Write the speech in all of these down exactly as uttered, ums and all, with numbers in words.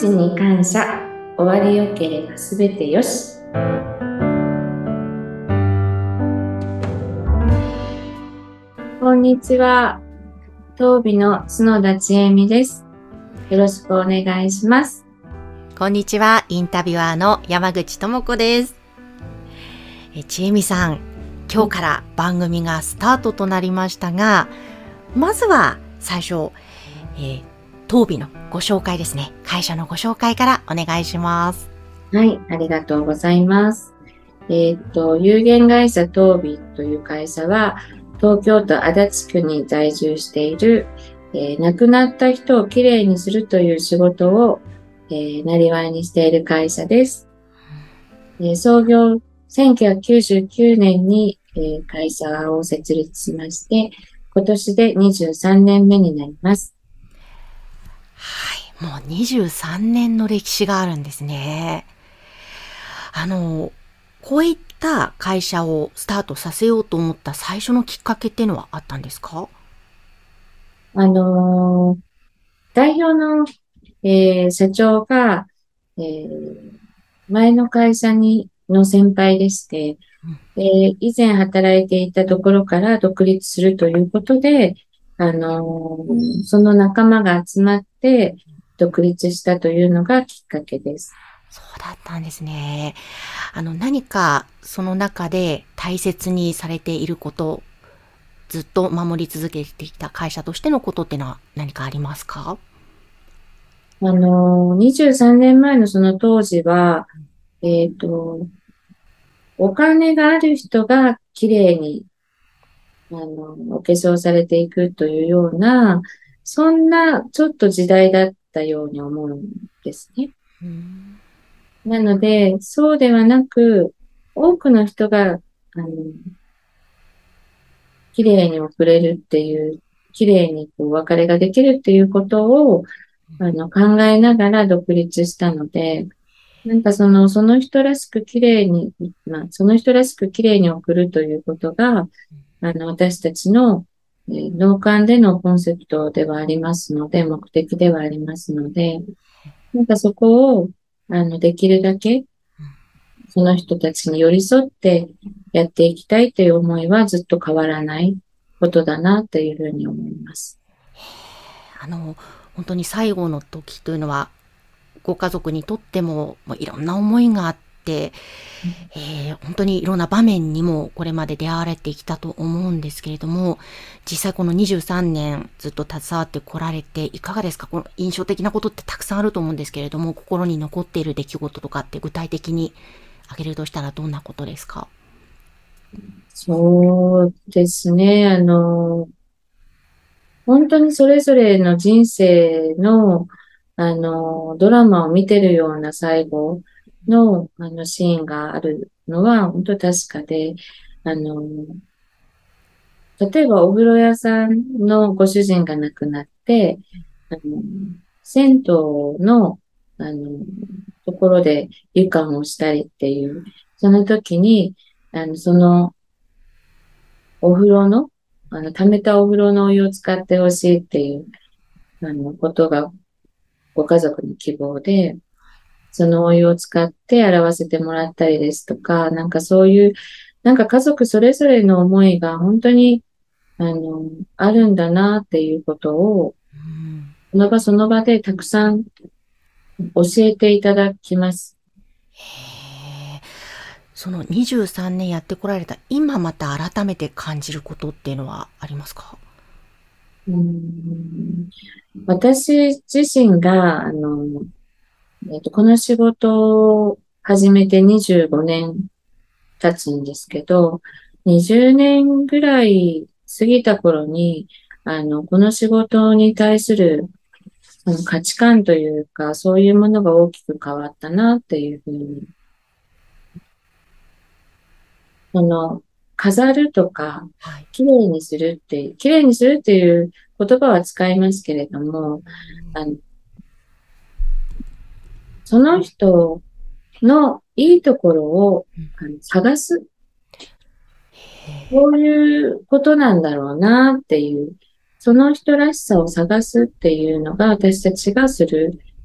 ちに感謝、終わりよければすべてよし。こんにちは。当美の角田千恵美です。よろしくお願いします。 こんにちは。インタビュアーの山口智子です。え千恵美さん、今日から番組がスタートとなりましたが、まずは最初、えー、当美のご紹介ですね。会社のご紹介からお願いします。 はい、ありがとうございます。えっと、有限会社当美という会社は、東京都足立区に在住している、えー、亡くなった人をきれいにするという仕事を、えー、なりわいにしている会社です。えー、創業せんきゅうひゃくきゅうじゅうきゅうねんに、えー、会社を設立しまして、今年でにじゅうさんねんめになります。 はい、もうにじゅうさんねんの歴史があるんですね。あの、こういった会社をスタートさせようと思った最初のきっかけっていうのはあったんですか？ あのー、代表の、えー、社長が、えー、前の会社にの先輩でして、えー、以前働いていたところから独立するということで、あのー、その仲間が集まって独立したというのがきっかけです。 そうだったんですね。あの、何かその中で大切にされていること、ずっと守り続けてきた会社としてのことっていうのは何かありますか？ あのー、にじゅうさんねんまえのその当時は、えっと、お金がある人が綺麗に、あの、お化粧されていくというような、そんなちょっと時代だったように思うんですね。 うん、 なので、そうではなく、多くの人が、あの、綺麗に送れるっていう、綺麗にこうお別れができるっていうことを、あの、考えながら独立したので、なんかその、その人らしく綺麗に、まあ、その人らしく綺麗に送るということが、あの、私たちの、えー、納棺でのコンセプトではありますので、目的ではありますので、なんかそこを、あの、できるだけ、その人たちに寄り添ってやっていきたいという思いはずっと変わらないことだなというふうに思います。 あの、本当に最後の時というのは、ご家族にとっても、もういろんな思いがあって、えー、本当にいろんな場面にもこれまで出会われてきたと思うんですけれども、実際このにじゅうさんねんずっと携わってこられていかがですか？この印象的なことってたくさんあると思うんですけれども、心に残っている出来事とかって具体的に挙げるとしたらどんなことですか？ そうですね。あの、本当にそれぞれの人生の、あの、ドラマを見てるような最後の、あの、シーンがあるのは、本当確かで、あの、例えばお風呂屋さんのご主人が亡くなって、あの、銭湯の、あの、ところで湯管をしたりっていう、その時に、あの、そのお風呂の、あの、溜めたお風呂のお湯を使ってほしいっていう、あの、ことがご家族の希望で、そのお湯を使って洗わせてもらったりですとか、なんかそういう、なんか家族それぞれの思いが本当に、あの、あるんだなっていうことを、 うん、 その場その場でたくさん教えていただきます。 へー。そのにじゅうさんねんやってこられた今また改めて感じることっていうのはありますか？ うん、私自身が、あの、えっと、この仕事を始めてにじゅうごねん経つんですけど、にじゅうねんぐらい過ぎた頃に、あの、この仕事に対するその価値観というか、そういうものが大きく変わったなっていうふうに、その、飾るとか、 はい。 綺麗にするって、綺麗にするっていう言葉は使いますけれども、あの、その人のいいところをあの探す、そういうことなんだろうなっていう、その人らしさを探すっていうのが私たちがする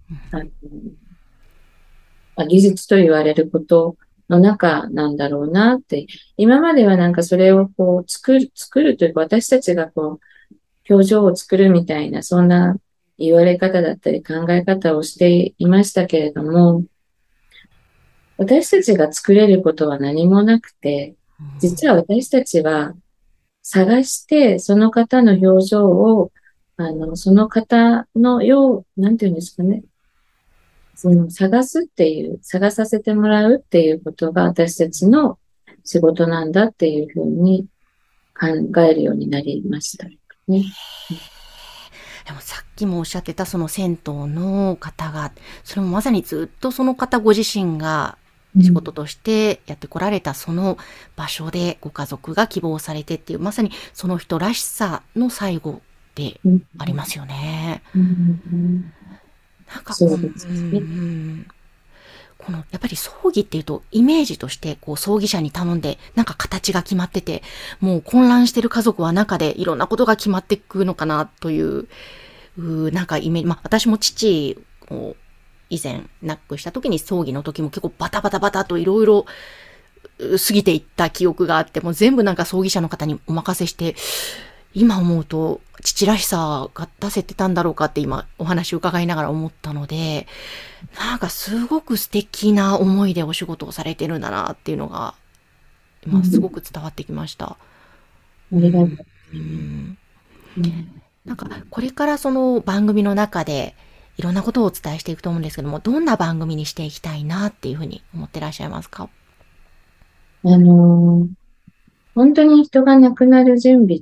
あのまあ技術と言われることの中なんだろうなって、今まではなんかそれをこう作る、作るというか私たちがこう表情を作るみたいな、そんな言われ方だったり考え方をしていましたけれども、私たちが作れることは何もなくて、実は私たちは探して、その方の表情を、あの、その方のよう、なんていうんですかね、その探すっていう、探させてもらうっていうことが私たちの仕事なんだっていうふうに考えるようになりましたね。 でもさっきもおっしゃってたその銭湯の方が、それもまさにずっとその方ご自身がうん、 仕事としてやってこられたその場所でご家族が希望されてっていう、まさにその人らしさの最後でうん、 ありますよね。 うん、うん、 なんかこう、 そうでうんうすね。 ん、このやっぱり葬儀っていうとイメージとしてこう葬儀社に頼んでなんか形が決まってて、もう混乱してる家族は中でいろんなことが決まっていくのかなといううなんかイメージ、まあ私も父を以前亡くした時に葬儀の時も結構バタバタバタといろいろ過ぎていった記憶があって、もう全部なんか葬儀社の方にお任せして、今思うと父らしさが出せてたんだろうかって今お話を伺いながら思ったので、なんかすごく素敵な思いでお仕事をされてるんだなっていうのが今すごうん、 く伝わってきました。 ありがとうござういます。 ん、 うん、 なんか、これからその番組の中で、いろんなことをお伝えしていくと思うんですけども、どんな番組にしていきたいなっていうふうに思ってらっしゃいますか？ あのー本当に人が亡くなる準備って、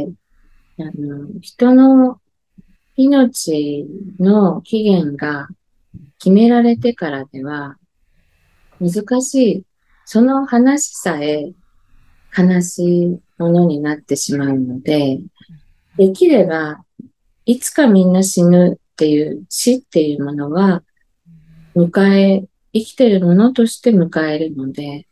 あの、人の命の期限が決められてからでは難しい。その話さえ悲しいものになってしまうので、できればいつかみんな死ぬっていう死っていうものは迎え、生きてるものとして迎えるので、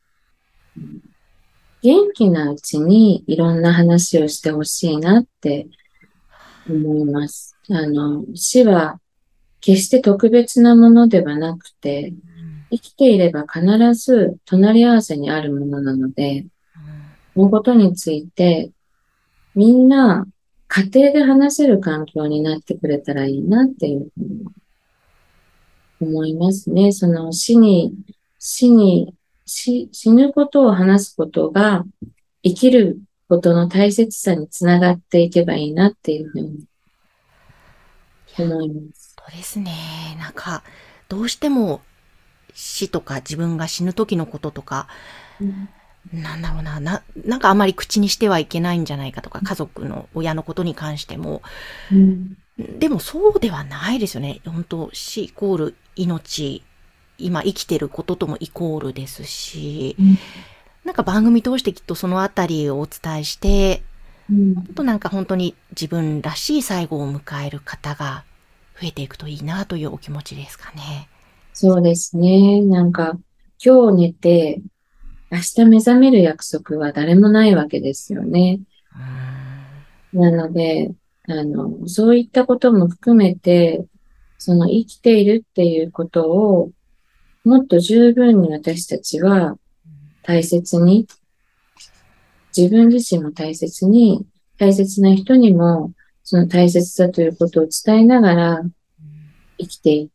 元気なうちにいろんな話をしてほしいなって思います。あの、死は決して特別なものではなくて、生きていれば必ず隣り合わせにあるものなので、そのことについてみんな家庭で話せる環境になってくれたらいいなっていうふうに思いますね。その死に、死に、死、死ぬことを話すことが生きることの大切さにつながっていけばいいなっていうふうに思います。 そうですね。なんか、どうしても死とか自分が死ぬ時のこととか、 うん、 なんだろうな、な、なんかあまり口にしてはいけないんじゃないかとか、家族の親のことに関しても、 うん、 でもそうではないですよね。本当死イコール命、今生きてることともイコールですし、 うん、 なんか番組通してきっとそのあたりをお伝えして、 うん、 となんか本当に自分らしい最後を迎える方が増えていくといいなというお気持ちですかね。 そうですね。なんか今日寝て明日目覚める約束は誰もないわけですよね。 うーん。 なので、あの、そういったことも含めて、その生きているっていうことを、もっと十分に私たちは大切に、自分自身も大切に、大切な人にも、その大切さということを伝えながら生きていって、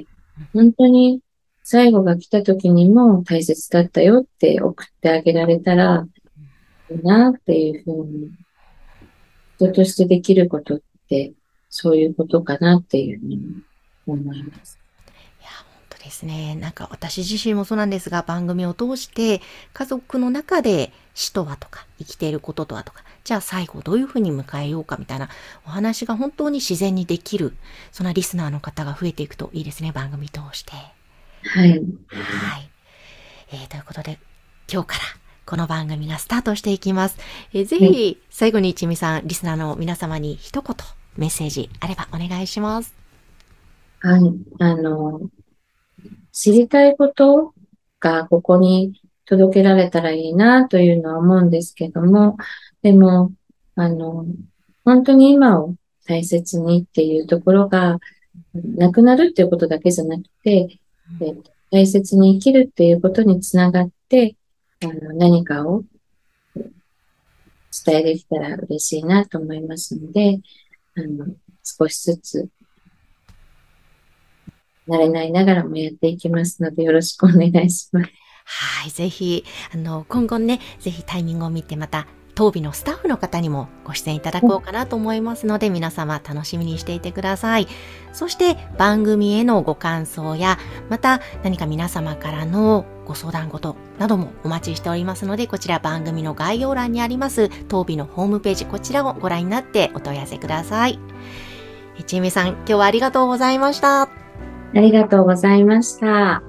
本当に最後が来た時にも大切だったよって送ってあげられたらいいなっていうふうに、人としてできることって、そういうことかなっていうふうに思います。 いや、本当ですね。なんか私自身もそうなんですが、番組を通して家族の中で死とはとか、生きていることとはとか、じゃあ最後どういうふうに迎えようかみたいなお話が本当に自然にできる、そんなリスナーの方が増えていくといいですね、番組通して。 はい。 はい。えー、ということで、今日からこの番組がスタートしていきます。えー、ぜはい。 ひ、最後に一味さん、リスナーの皆様に一言メッセージあればお願いします。 はい。あの、知りたいことがここに届けられたらいいなというのは思うんですけども、でも、あの、本当に今を大切にっていうところが亡くなるっていうことだけじゃなくて、え大切に生きるっていうことにつながって、あの、何かを伝えできたら嬉しいなと思いますので、あの、少しずつ慣れないながらもやっていきますので、よろしくお願いします。 はい、ぜひ、あの、今後ね、ぜひタイミングを見てまた、当美のスタッフの方にもご出演いただこうかなと思いますので、皆様楽しみにしていてください。そして番組へのご感想や、また何か皆様からのご相談事などもお待ちしておりますので、こちら番組の概要欄にあります当美のホームページ、こちらをご覧になってお問い合わせください。ちえみさん、今日はありがとうございました。 ありがとうございました。